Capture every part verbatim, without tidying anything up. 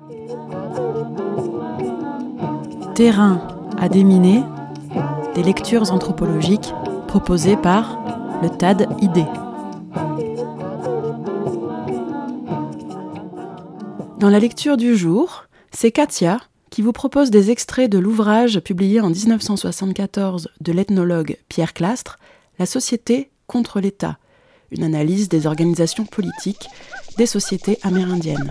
Terrain à déminer, des lectures anthropologiques proposées par le T A D I D. Dans la lecture du jour, c'est Katia qui vous propose des extraits de l'ouvrage publié en dix-neuf cent soixante-quatorze de l'ethnologue Pierre Clastres, « La société contre l'État », une analyse des organisations politiques des sociétés amérindiennes.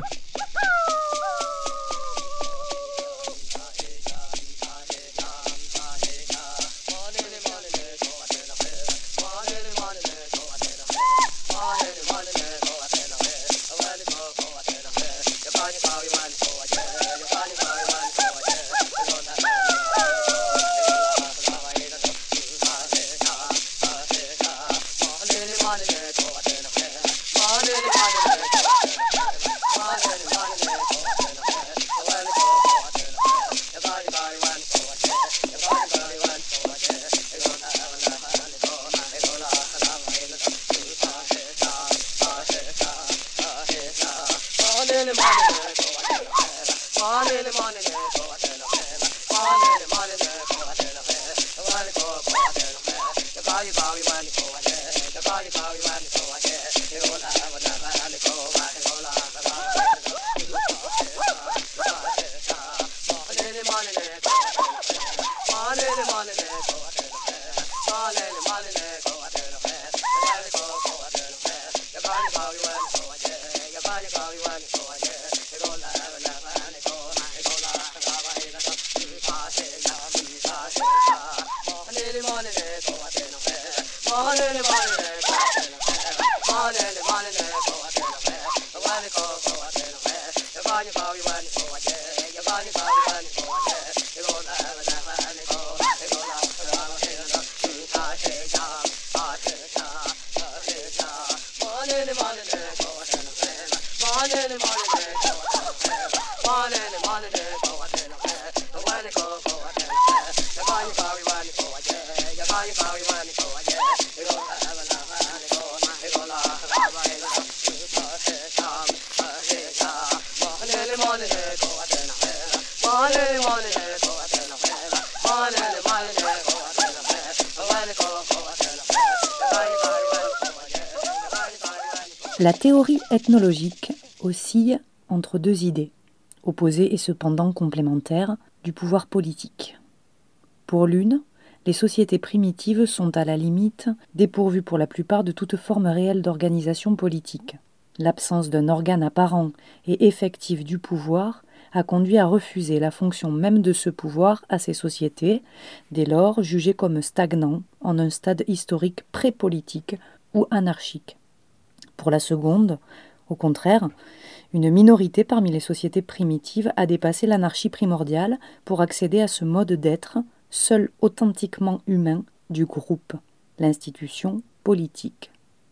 La théorie ethnologique oscille entre deux idées, opposées et cependant complémentaires, du pouvoir politique. Pour l'une, les sociétés primitives sont à la limite dépourvues pour la plupart de toute forme réelle d'organisation politique. L'absence d'un organe apparent et effectif du pouvoir a conduit à refuser la fonction même de ce pouvoir à ces sociétés, dès lors jugées comme stagnant en un stade historique pré-politique ou anarchique. Pour la seconde, au contraire, une minorité parmi les sociétés primitives a dépassé l'anarchie primordiale pour accéder à ce mode d'être, seul authentiquement humain, du groupe, l'institution politique.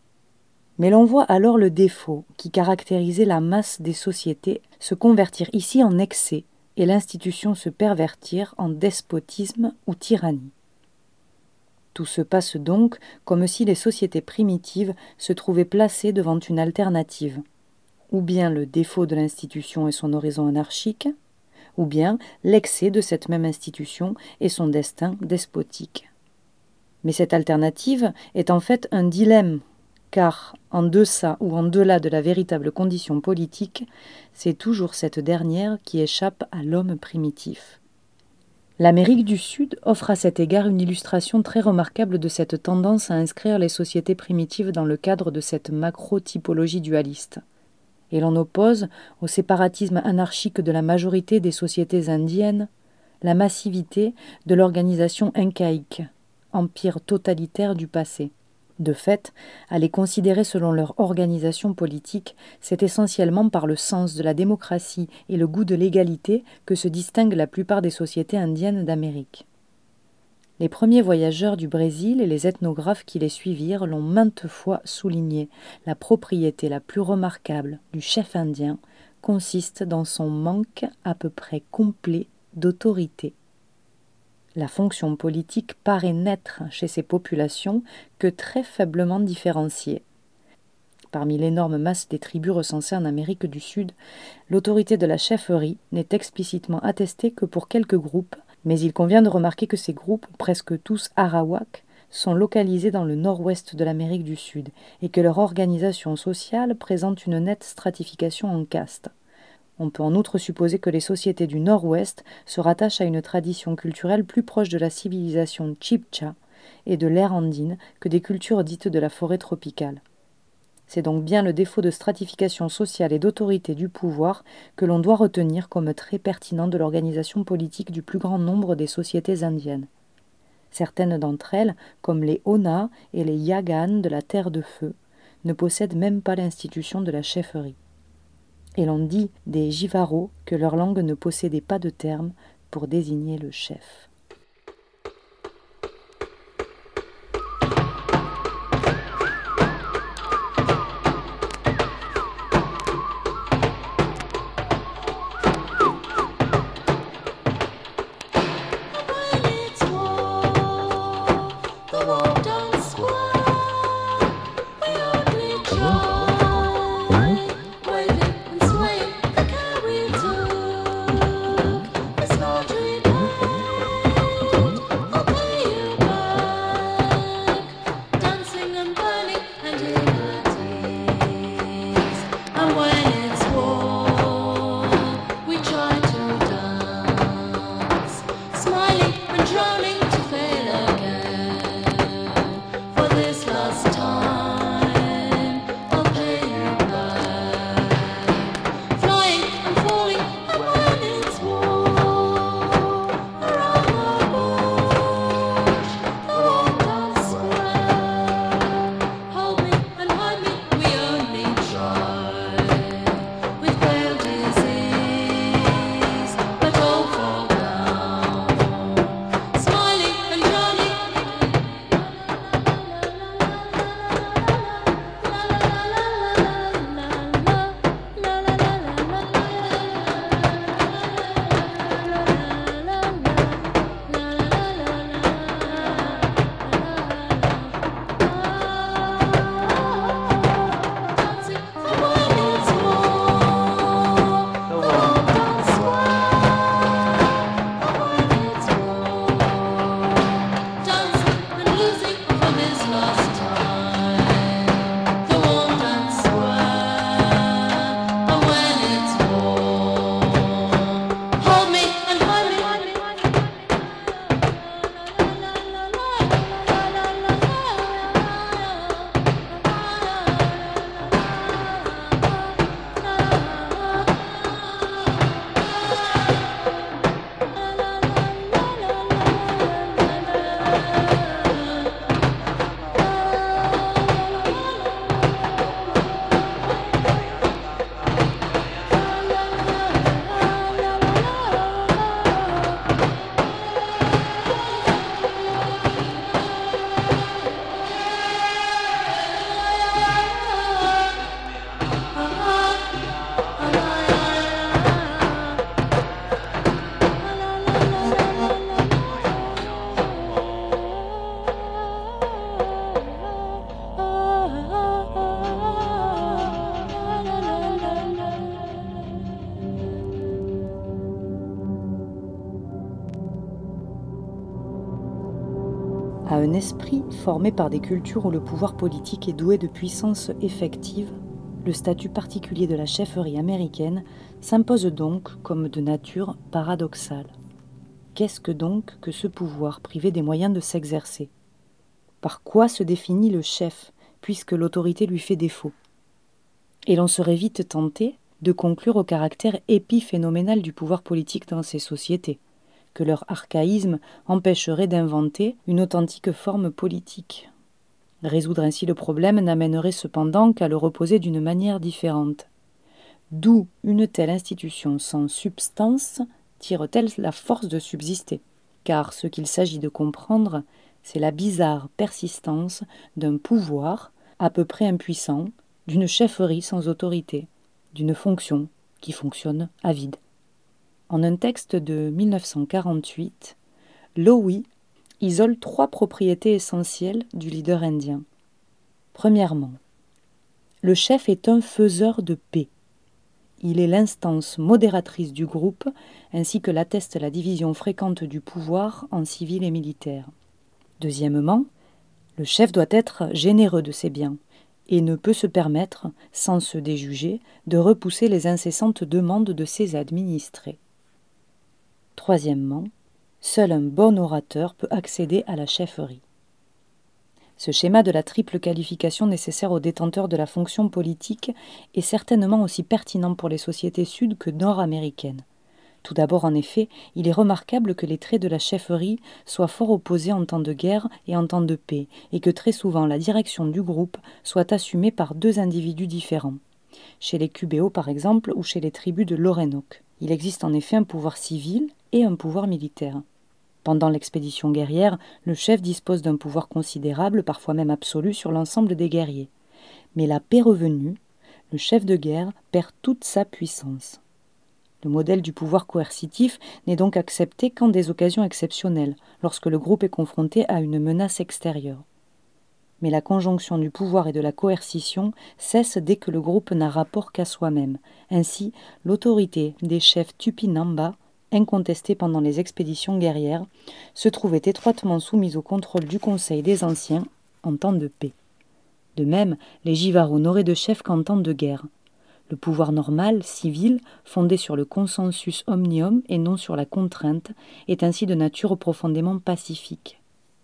Mais l'on voit alors le défaut qui caractérisait la masse des sociétés se convertir ici en excès et l'institution se pervertir en despotisme ou tyrannie. Tout se passe donc comme si les sociétés primitives se trouvaient placées devant une alternative, ou bien le défaut de l'institution et son horizon anarchique, ou bien l'excès de cette même institution et son destin despotique. Mais cette alternative est en fait un dilemme, car en deçà ou en delà de la véritable condition politique, c'est toujours cette dernière qui échappe à l'homme primitif. L'Amérique du Sud offre à cet égard une illustration très remarquable de cette tendance à inscrire les sociétés primitives dans le cadre de cette macro-typologie dualiste. Et l'on oppose au séparatisme anarchique de la majorité des sociétés indiennes la massivité de l'organisation incaïque, empire totalitaire du passé. De fait, à les considérer selon leur organisation politique, c'est essentiellement par le sens de la démocratie et le goût de l'égalité que se distinguent la plupart des sociétés indiennes d'Amérique. Les premiers voyageurs du Brésil et les ethnographes qui les suivirent l'ont maintes fois souligné. La propriété la plus remarquable du chef indien consiste dans son manque à peu près complet d'autorité. La fonction politique paraît n'être chez ces populations que très faiblement différenciée. Parmi l'énorme masse des tribus recensées en Amérique du Sud, l'autorité de la chefferie n'est explicitement attestée que pour quelques groupes, mais il convient de remarquer que ces groupes, presque tous arawaks, sont localisés dans le nord-ouest de l'Amérique du Sud et que leur organisation sociale présente une nette stratification en castes. On peut en outre supposer que les sociétés du nord-ouest se rattachent à une tradition culturelle plus proche de la civilisation Chibcha et de l'ère andine que des cultures dites de la forêt tropicale. C'est donc bien le défaut de stratification sociale et d'autorité du pouvoir que l'on doit retenir comme très pertinent de l'organisation politique du plus grand nombre des sociétés indiennes. Certaines d'entre elles, comme les Ona et les Yaghan de la Terre de Feu, ne possèdent même pas l'institution de la chefferie. Et l'on dit des Jivaro que leur langue ne possédait pas de terme pour désigner le chef. À un esprit formé par des cultures où le pouvoir politique est doué de puissance effective, le statut particulier de la chefferie américaine s'impose donc comme de nature paradoxale. Qu'est-ce que donc que ce pouvoir privé des moyens de s'exercer ? Par quoi se définit le chef, puisque l'autorité lui fait défaut ? Et l'on serait vite tenté de conclure au caractère épiphénoménal du pouvoir politique dans ces sociétés, que leur archaïsme empêcherait d'inventer une authentique forme politique. Résoudre ainsi le problème n'amènerait cependant qu'à le reposer d'une manière différente. D'où une telle institution sans substance tire-t-elle la force de subsister ? Car ce qu'il s'agit de comprendre, c'est la bizarre persistance d'un pouvoir à peu près impuissant, d'une chefferie sans autorité, d'une fonction qui fonctionne à vide. En un texte de mille neuf cent quarante-huit, Lowy isole trois propriétés essentielles du leader indien. Premièrement, Le chef est un faiseur de paix. Il est l'instance modératrice du groupe, ainsi que l'atteste la division fréquente du pouvoir en civil et militaire. Deuxièmement, le chef doit être généreux de ses biens et ne peut se permettre, sans se déjuger, de repousser les incessantes demandes de ses administrés. Troisièmement, seul un bon orateur peut accéder à la chefferie. Ce schéma de la triple qualification nécessaire aux détenteurs de la fonction politique est certainement aussi pertinent pour les sociétés sud que nord-américaines. Tout d'abord, en effet, il est remarquable que les traits de la chefferie soient fort opposés en temps de guerre et en temps de paix, et que très souvent la direction du groupe soit assumée par deux individus différents. Chez les Cubéos, par exemple, ou chez les tribus de l'Orénoque. Il existe en effet un pouvoir civil et un pouvoir militaire. Pendant l'expédition guerrière, le chef dispose d'un pouvoir considérable, parfois même absolu, sur l'ensemble des guerriers. Mais la paix revenue, le chef de guerre perd toute sa puissance. Le modèle du pouvoir coercitif n'est donc accepté qu'en des occasions exceptionnelles, lorsque le groupe est confronté à une menace extérieure. Mais la conjonction du pouvoir et de la coercition cesse dès que le groupe n'a rapport qu'à soi-même. Ainsi, l'autorité des chefs Tupinamba, incontestée pendant les expéditions guerrières, se trouvait étroitement soumise au contrôle du Conseil des Anciens en temps de paix. De même, les Jivaros n'auraient de chef qu'en temps de guerre. Le pouvoir normal, civil, fondé sur le consensus omnium et non sur la contrainte, est ainsi de nature profondément pacifique.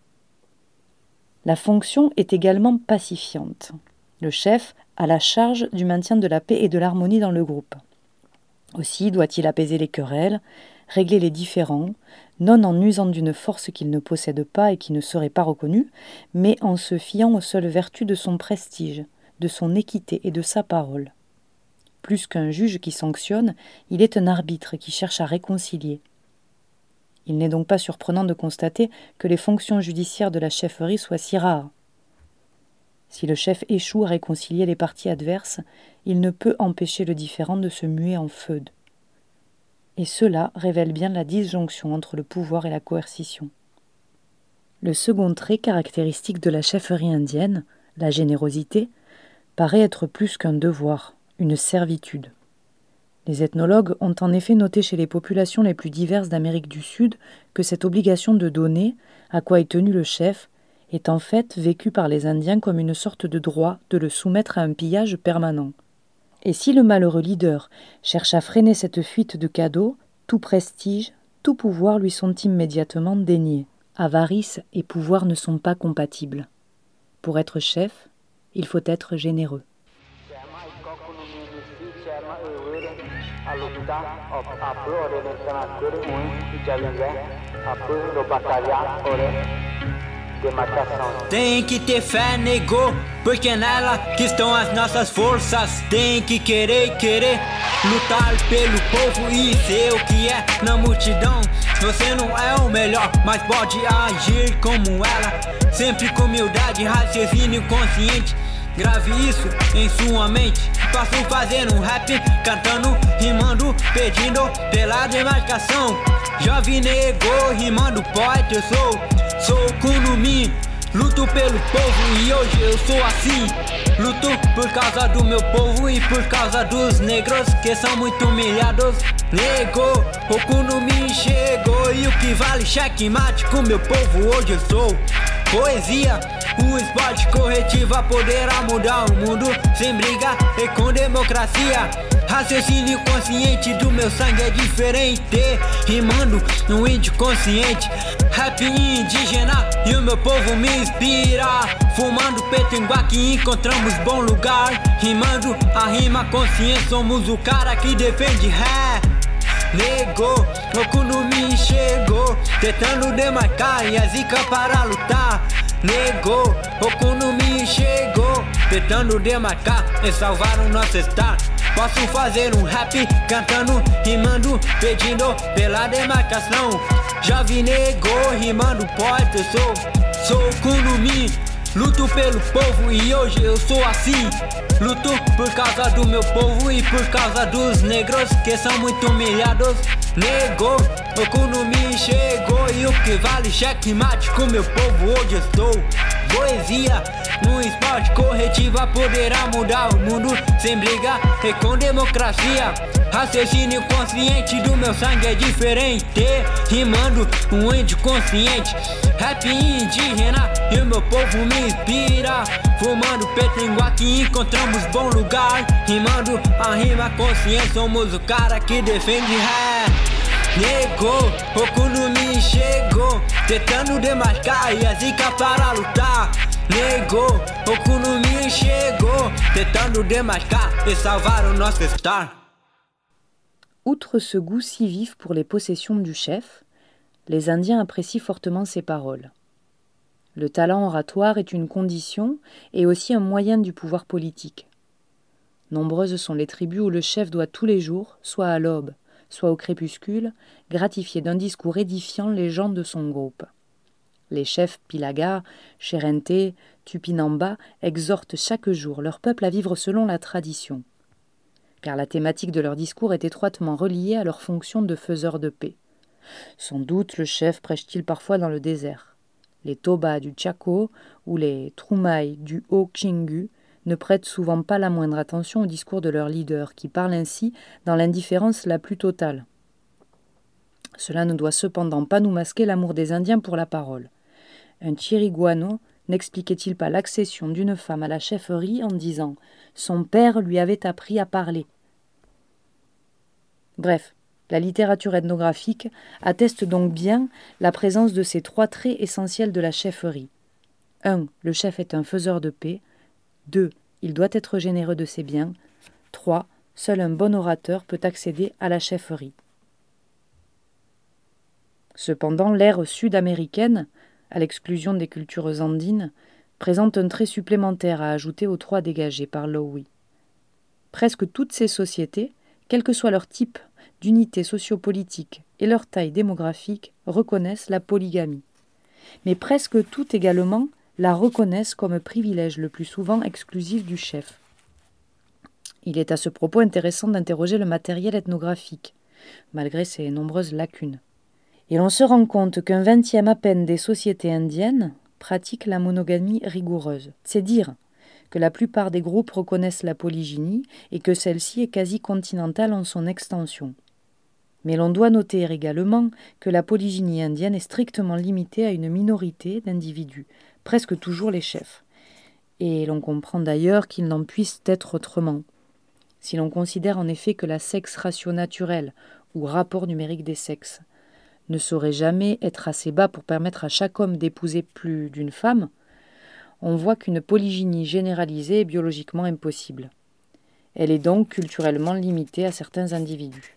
La fonction est également pacifiante. Le chef a la charge du maintien de la paix et de l'harmonie dans le groupe. Aussi doit-il apaiser les querelles, régler les différends, non en usant d'une force qu'il ne possède pas et qui ne serait pas reconnue, mais en se fiant aux seules vertus de son prestige, de son équité et de sa parole. Plus qu'un juge qui sanctionne, il est un arbitre qui cherche à réconcilier. Il n'est donc pas surprenant de constater que les fonctions judiciaires de la chefferie soient si rares. Si le chef échoue à réconcilier les parties adverses, il ne peut empêcher le différend de se muer en feud. Et cela révèle bien la disjonction entre le pouvoir et la coercition. Le second trait caractéristique de la chefferie indienne, la générosité, paraît être plus qu'un devoir, une servitude. Les ethnologues ont en effet noté chez les populations les plus diverses d'Amérique du Sud que cette obligation de donner, à quoi est tenu le chef, est en fait vécue par les Indiens comme une sorte de droit de le soumettre à un pillage permanent. Et si le malheureux leader cherche à freiner cette fuite de cadeaux, tout prestige, tout pouvoir lui sont immédiatement déniés. Avarice et pouvoir ne sont pas compatibles. Pour être chef, il faut être généreux. Tem que ter fé, nego, porque é nela que estão as nossas forças. Tem que querer, querer lutar pelo povo e ser o que é na multidão. Você não é o melhor, mas pode agir como ela. Sempre com humildade, raciocínio consciente. Grave isso em sua mente. Posso fazer um rap, cantando, rimando, pedindo pela demarcação. Jovem nego, rimando poeta eu sou. Sou Kunumi, luto pelo povo e hoje eu sou assim. Luto por causa do meu povo e por causa dos negros que são muito humilhados. Nego, o Kunumi chegou e o que vale checkmate com meu povo hoje eu sou. Poesia, o esporte corretiva poderá mudar o mundo sem briga e com democracia. Raciocínio consciente do meu sangue é diferente. Rimando no índio consciente. Rap indígena e o meu povo me inspira. Fumando petenguá que encontramos bom lugar. Rimando a rima consciente, somos o cara que defende ré. Negou, o Kunumi chegou, tentando demarcar e a zica para lutar. Negou, o Kunumi chegou, tentando demarcar e salvar o nosso estado. Posso fazer um rap, cantando, rimando, pedindo pela demarcação. Jovem negou, rimando, poeta eu sou. Sou Kunumi, luto pelo povo e hoje eu sou assim. Luto por causa do meu povo e por causa dos negros que são muito humilhados. Negou, o Kunumi chegou e o que vale checkmate com meu povo hoje eu estou. poesia. No esporte, corretiva poderá mudar o mundo sem briga e com democracia. Raciocínio consciente do meu sangue é diferente, rimando um índio consciente. Rap indígena e o meu povo me inspira. Fumando petenguá que encontramos bom lugar. Rimando a rima consciente, somos o cara que defende rap. Negou, o Kunumi chegou, tentando demarcar e a zica para lutar. Negou, o Kunumi chegou, tentando demarcar e salvar o nosso star. Outre ce goût si vif pour les possessions du chef, les Indiens apprécient fortement ses paroles. Le talent oratoire est une condition et aussi un moyen du pouvoir politique. Nombreuses sont les tribus où le chef doit tous les jours, soit à l'aube, soit au crépuscule, gratifier d'un discours édifiant les gens de son groupe. Les chefs Pilaga, Cherente, Tupinamba exhortent chaque jour leur peuple à vivre selon la tradition, car la thématique de leur discours est étroitement reliée à leur fonction de faiseur de paix. Sans doute le chef prêche-t-il parfois dans le désert. Les Toba du Chaco ou les Troumaï du Haut-Chingu ne prêtent souvent pas la moindre attention au discours de leur leader, qui parle ainsi dans l'indifférence la plus totale. Cela ne doit cependant pas nous masquer l'amour des Indiens pour la parole. Un Chiriguano n'expliquait-il pas l'accession d'une femme à la chefferie en disant « Son père lui avait appris à parler ». Bref, la littérature ethnographique atteste donc bien la présence de ces trois traits essentiels de la chefferie. un. Le chef est un faiseur de paix. deux. Il doit être généreux de ses biens. trois. Seul un bon orateur peut accéder à la chefferie. Cependant, l'ère sud-américaine, à l'exclusion des cultures andines, présente un trait supplémentaire à ajouter aux trois dégagés par Lowy. Presque toutes ces sociétés, quel que soit leur type d'unité sociopolitique et leur taille démographique, reconnaissent la polygamie. Mais presque toutes également la reconnaissent comme privilège le plus souvent exclusif du chef. Il est à ce propos intéressant d'interroger le matériel ethnographique, malgré ses nombreuses lacunes. Et l'on se rend compte qu'un vingtième à peine des sociétés indiennes pratiquent la monogamie rigoureuse. C'est dire que la plupart des groupes reconnaissent la polygynie et que celle-ci est quasi continentale en son extension. Mais l'on doit noter également que la polygynie indienne est strictement limitée à une minorité d'individus, presque toujours les chefs. Et l'on comprend d'ailleurs qu'il n'en puisse être autrement. Si l'on considère en effet que la sexe ratio naturelle, ou rapport numérique des sexes, ne saurait jamais être assez bas pour permettre à chaque homme d'épouser plus d'une femme, on voit qu'une polygynie généralisée est biologiquement impossible. Elle est donc culturellement limitée à certains individus.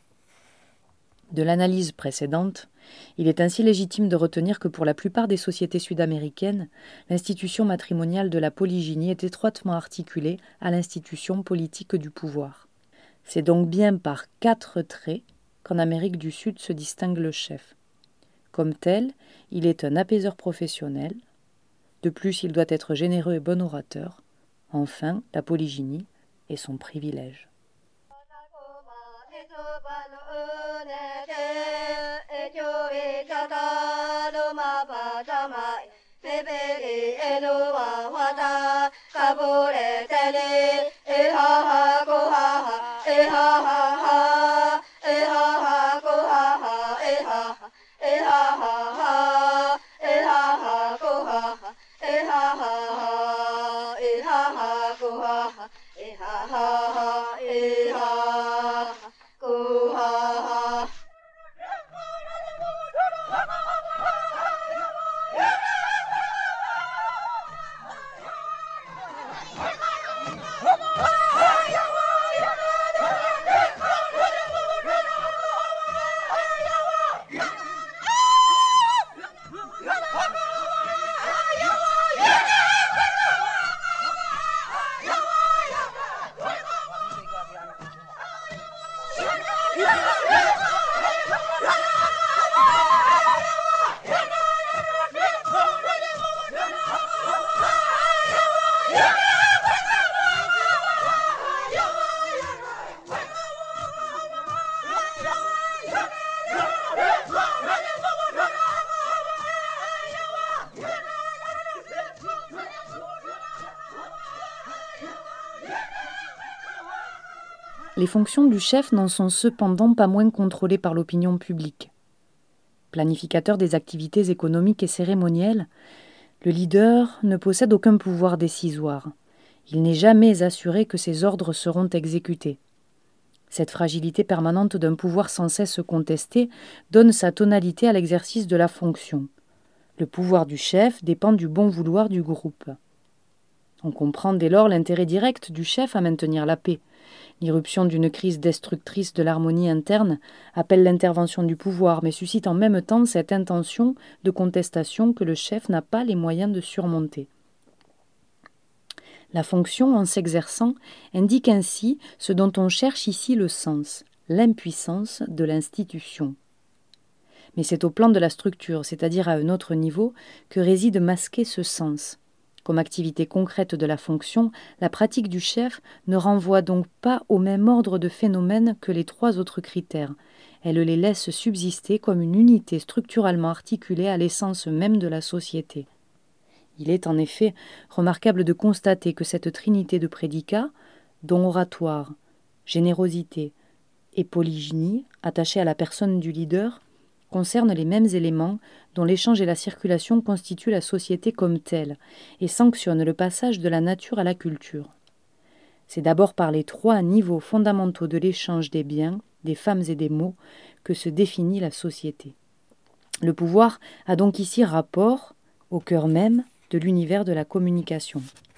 De l'analyse précédente, il est ainsi légitime de retenir que pour la plupart des sociétés sud-américaines, l'institution matrimoniale de la polygynie est étroitement articulée à l'institution politique du pouvoir. C'est donc bien par quatre traits qu'en Amérique du Sud se distingue le chef. Comme tel, il est un apaiseur professionnel. De plus, il doit être généreux et bon orateur. Enfin, la polygynie est son privilège. Ha ha ha Les fonctions du chef n'en sont cependant pas moins contrôlées par l'opinion publique. Planificateur des activités économiques et cérémonielles, le leader ne possède aucun pouvoir décisoire. Il n'est jamais assuré que ses ordres seront exécutés. Cette fragilité permanente d'un pouvoir sans cesse contesté donne sa tonalité à l'exercice de la fonction. Le pouvoir du chef dépend du bon vouloir du groupe. On comprend dès lors l'intérêt direct du chef à maintenir la paix. L'irruption d'une crise destructrice de l'harmonie interne appelle l'intervention du pouvoir, mais suscite en même temps cette intention de contestation que le chef n'a pas les moyens de surmonter. La fonction, en s'exerçant, indique ainsi ce dont on cherche ici le sens, l'impuissance de l'institution. Mais c'est au plan de la structure, c'est-à-dire à un autre niveau, que réside masqué ce sens. Comme activité concrète de la fonction, la pratique du chef ne renvoie donc pas au même ordre de phénomènes que les trois autres critères. Elle les laisse subsister comme une unité structurellement articulée à l'essence même de la société. Il est en effet remarquable de constater que cette trinité de prédicats, dont oratoire, générosité et polygynie, attachée à la personne du leader, concernent les mêmes éléments dont l'échange et la circulation constituent la société comme telle et sanctionnent le passage de la nature à la culture. C'est d'abord par les trois niveaux fondamentaux de l'échange des biens, des femmes et des mots que se définit la société. Le pouvoir a donc ici rapport au cœur même de l'univers de la communication.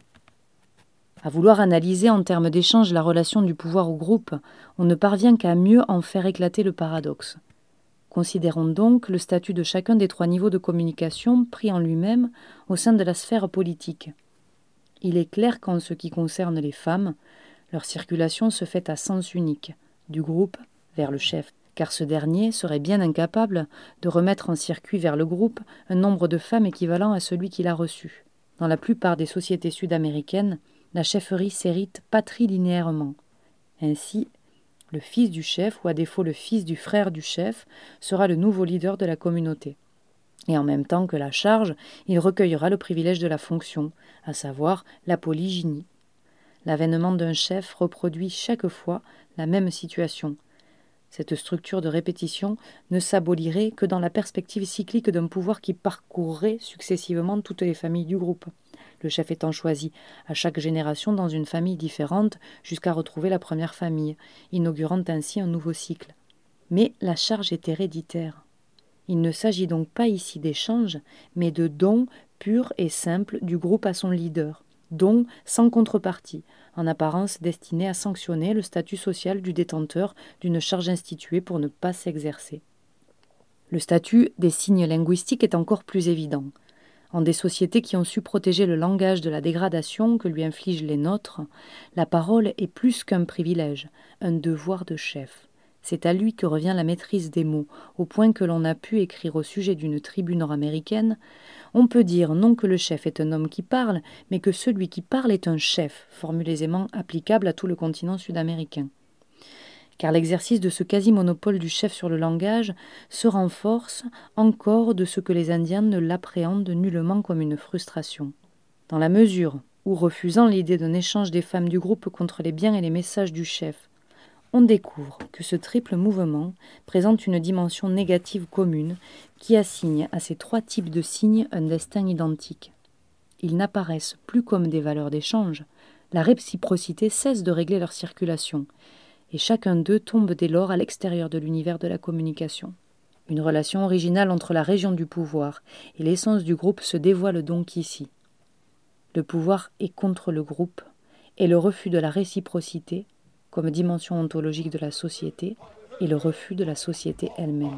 À vouloir analyser en termes d'échange la relation du pouvoir au groupe, on ne parvient qu'à mieux en faire éclater le paradoxe. Considérons donc le statut de chacun des trois niveaux de communication pris en lui-même au sein de la sphère politique. Il est clair qu'en ce qui concerne les femmes, leur circulation se fait à sens unique, du groupe vers le chef, car ce dernier serait bien incapable de remettre en circuit vers le groupe un nombre de femmes équivalent à celui qu'il a reçu. Dans la plupart des sociétés sud-américaines, la chefferie s'hérite patrilinéairement. Ainsi, le fils du chef, ou à défaut le fils du frère du chef, sera le nouveau leader de la communauté. Et en même temps que la charge, il recueillera le privilège de la fonction, à savoir la polygynie. L'avènement d'un chef reproduit chaque fois la même situation. Cette structure de répétition ne s'abolirait que dans la perspective cyclique d'un pouvoir qui parcourrait successivement toutes les familles du groupe, le chef étant choisi à chaque génération dans une famille différente jusqu'à retrouver la première famille, inaugurant ainsi un nouveau cycle. Mais la charge est héréditaire. Il ne s'agit donc pas ici d'échange, mais de don pur et simple du groupe à son leader, don sans contrepartie, en apparence destiné à sanctionner le statut social du détenteur d'une charge instituée pour ne pas s'exercer. Le statut des signes linguistiques est encore plus évident. En des sociétés qui ont su protéger le langage de la dégradation que lui infligent les nôtres, la parole est plus qu'un privilège, un devoir de chef. C'est à lui que revient la maîtrise des mots, au point que l'on a pu écrire au sujet d'une tribu nord-américaine. On peut dire non que le chef est un homme qui parle, mais que celui qui parle est un chef, formule aisément applicable à tout le continent sud-américain. Car l'exercice de ce quasi-monopole du chef sur le langage se renforce encore de ce que les Indiens ne l'appréhendent nullement comme une frustration. Dans la mesure où, refusant l'idée d'un échange des femmes du groupe contre les biens et les messages du chef, on découvre que ce triple mouvement présente une dimension négative commune qui assigne à ces trois types de signes un destin identique. Ils n'apparaissent plus comme des valeurs d'échange, la réciprocité cesse de régler leur circulation, et chacun d'eux tombe dès lors à l'extérieur de l'univers de la communication. Une relation originale entre la région du pouvoir et l'essence du groupe se dévoile donc ici. Le pouvoir est contre le groupe, et le refus de la réciprocité, comme dimension ontologique de la société, et le refus de la société elle-même.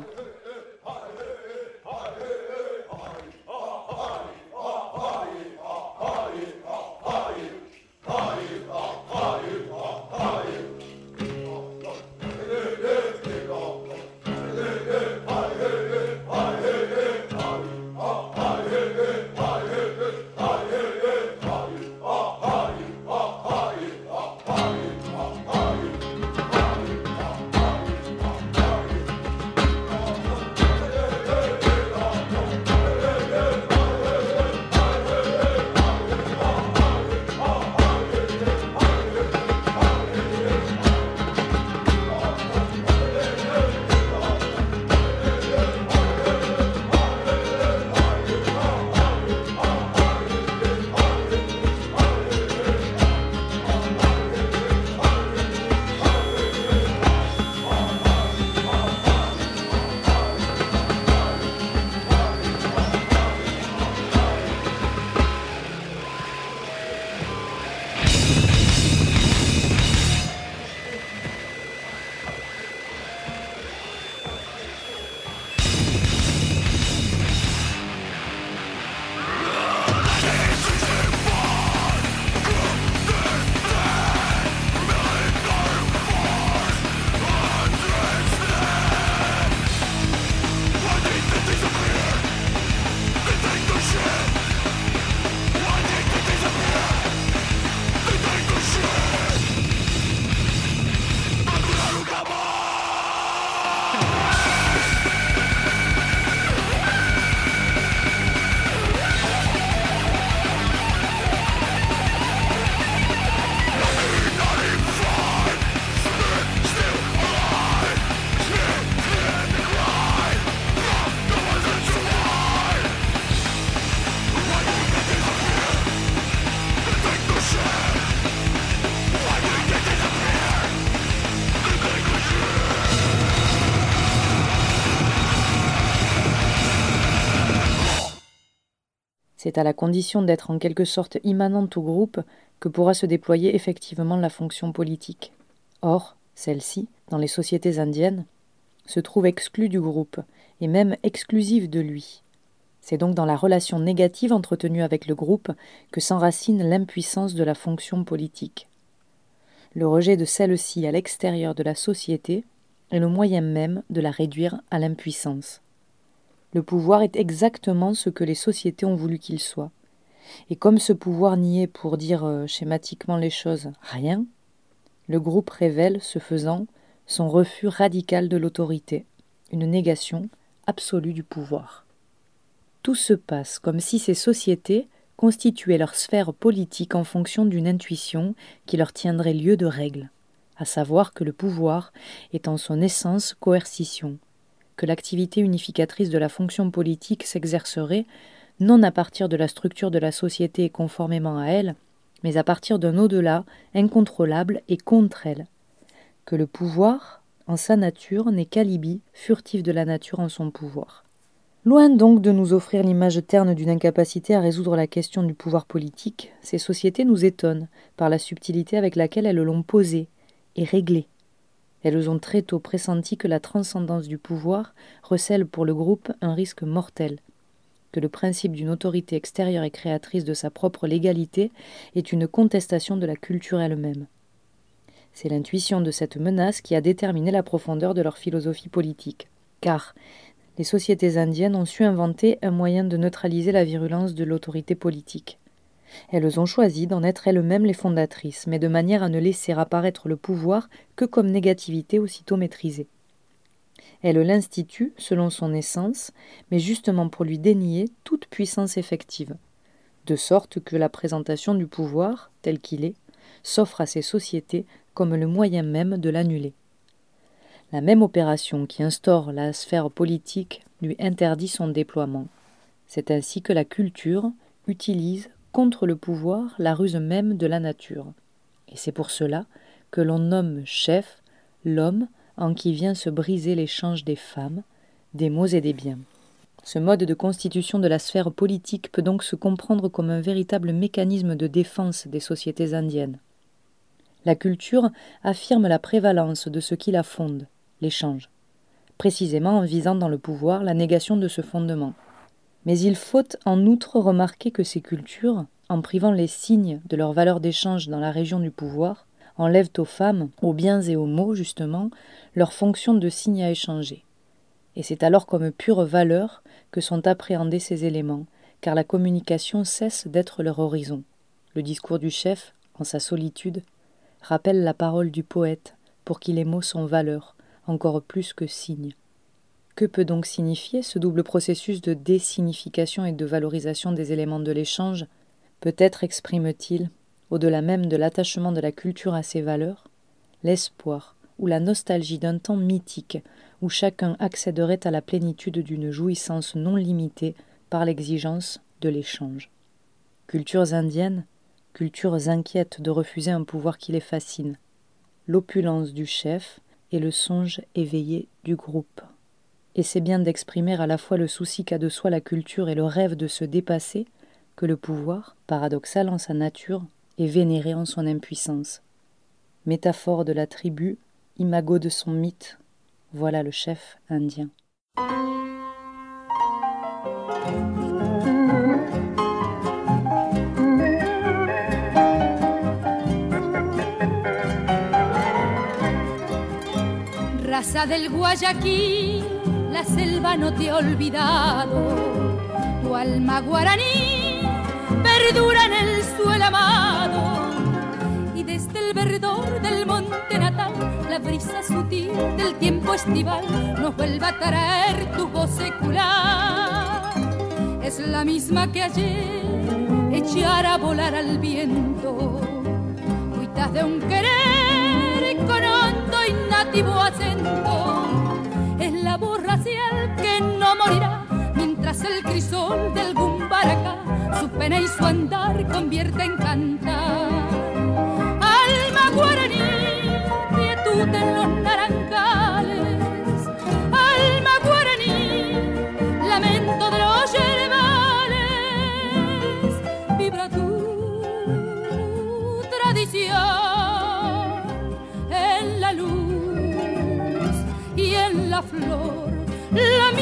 C'est à la condition d'être en quelque sorte immanente au groupe que pourra se déployer effectivement la fonction politique. Or, celle-ci, dans les sociétés indiennes, se trouve exclue du groupe, et même exclusive de lui. C'est donc dans la relation négative entretenue avec le groupe que s'enracine l'impuissance de la fonction politique. Le rejet de celle-ci à l'extérieur de la société est le moyen même de la réduire à l'impuissance. Le pouvoir est exactement ce que les sociétés ont voulu qu'il soit. Et comme ce pouvoir n'y est, pour dire euh, schématiquement les choses, rien, le groupe révèle, ce faisant, son refus radical de l'autorité, une négation absolue du pouvoir. Tout se passe comme si ces sociétés constituaient leur sphère politique en fonction d'une intuition qui leur tiendrait lieu de règle, à savoir que le pouvoir est en son essence coercition, que l'activité unificatrice de la fonction politique s'exercerait non à partir de la structure de la société et conformément à elle, mais à partir d'un au-delà incontrôlable et contre elle, que le pouvoir, en sa nature, n'est qu'alibi furtif de la nature en son pouvoir. Loin donc de nous offrir l'image terne d'une incapacité à résoudre la question du pouvoir politique, ces sociétés nous étonnent par la subtilité avec laquelle elles l'ont posée et réglée. Elles ont très tôt pressenti que la transcendance du pouvoir recèle pour le groupe un risque mortel, que le principe d'une autorité extérieure et créatrice de sa propre légalité est une contestation de la culture elle-même. C'est l'intuition de cette menace qui a déterminé la profondeur de leur philosophie politique, car les sociétés indiennes ont su inventer un moyen de neutraliser la virulence de l'autorité politique. Elles ont choisi d'en être elles-mêmes les fondatrices, mais de manière à ne laisser apparaître le pouvoir que comme négativité aussitôt maîtrisée. Elles l'instituent selon son essence, mais justement pour lui dénier toute puissance effective, de sorte que la présentation du pouvoir, tel qu'il est, s'offre à ces sociétés comme le moyen même de l'annuler. La même opération qui instaure la sphère politique lui interdit son déploiement. C'est ainsi que la culture utilise contre le pouvoir la ruse même de la nature. Et c'est pour cela que l'on nomme chef l'homme en qui vient se briser l'échange des femmes, des maux et des biens. Ce mode de constitution de la sphère politique peut donc se comprendre comme un véritable mécanisme de défense des sociétés indiennes. La culture affirme la prévalence de ce qui la fonde, l'échange, précisément en visant dans le pouvoir la négation de ce fondement. Mais il faut en outre remarquer que ces cultures, en privant les signes de leur valeur d'échange dans la région du pouvoir, enlèvent aux femmes, aux biens et aux maux, justement, leur fonction de signe à échanger. Et c'est alors comme pure valeur que sont appréhendés ces éléments, car la communication cesse d'être leur horizon. Le discours du chef, en sa solitude, rappelle la parole du poète, pour qui les mots sont valeur, encore plus que signe. Que peut donc signifier ce double processus de désignification et de valorisation des éléments de l'échange? Peut-être exprime-t-il, au-delà même de l'attachement de la culture à ses valeurs, l'espoir ou la nostalgie d'un temps mythique où chacun accéderait à la plénitude d'une jouissance non limitée par l'exigence de l'échange. Cultures indiennes, cultures inquiètes de refuser un pouvoir qui les fascine, l'opulence du chef et le songe éveillé du groupe. Et c'est bien d'exprimer à la fois le souci qu'a de soi la culture et le rêve de se dépasser que le pouvoir, paradoxal en sa nature, est vénéré en son impuissance. Métaphore de la tribu, imago de son mythe, voilà le chef indien. Raza del Guayaquil, la selva no te ha olvidado, tu alma guaraní perdura en el suelo amado, y desde el verdor del monte natal, la brisa sutil del tiempo estival nos vuelve a traer tu voz secular. Es la misma que ayer echara a volar al viento, cuitas de un querer con hondo y nativo acento. Es la voz racial que no morirá mientras el crisol del Gumbaracá su pena y su andar convierte en cantar. Alma guaraní, quietud en los naranjales. Alma guaraní, lamento de los yerbales.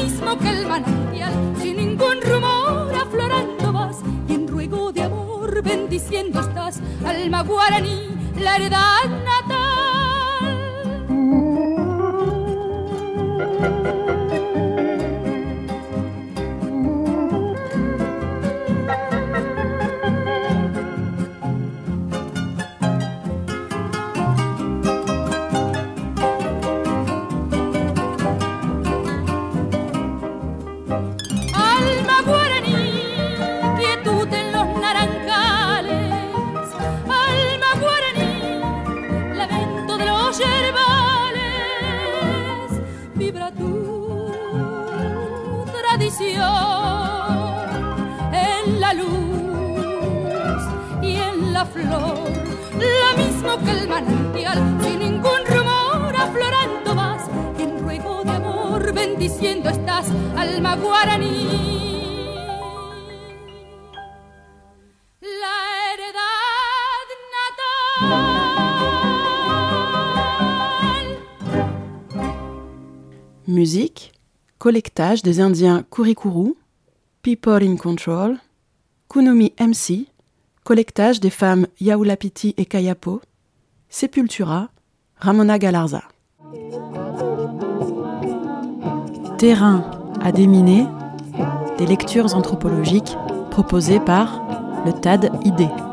mismo que el manantial, sin ningún rumor aflorando vas, y en ruego de amor bendiciendo estás, alma guaraní, la heredad natal. En la luz y en la flor, lo mismo que el manantial, sin ningún rumor aflorando vas, y en ruego de amor bendiciendo estás, alma guaraní, la heredad natal. Musique, collectage des Indiens Kurikuru, People in Control, Kunumi M C, collectage des femmes Yaulapiti et Kayapo, Sepultura, Ramona Galarza. Terrain à déminer, des lectures anthropologiques proposées par le T A D I D.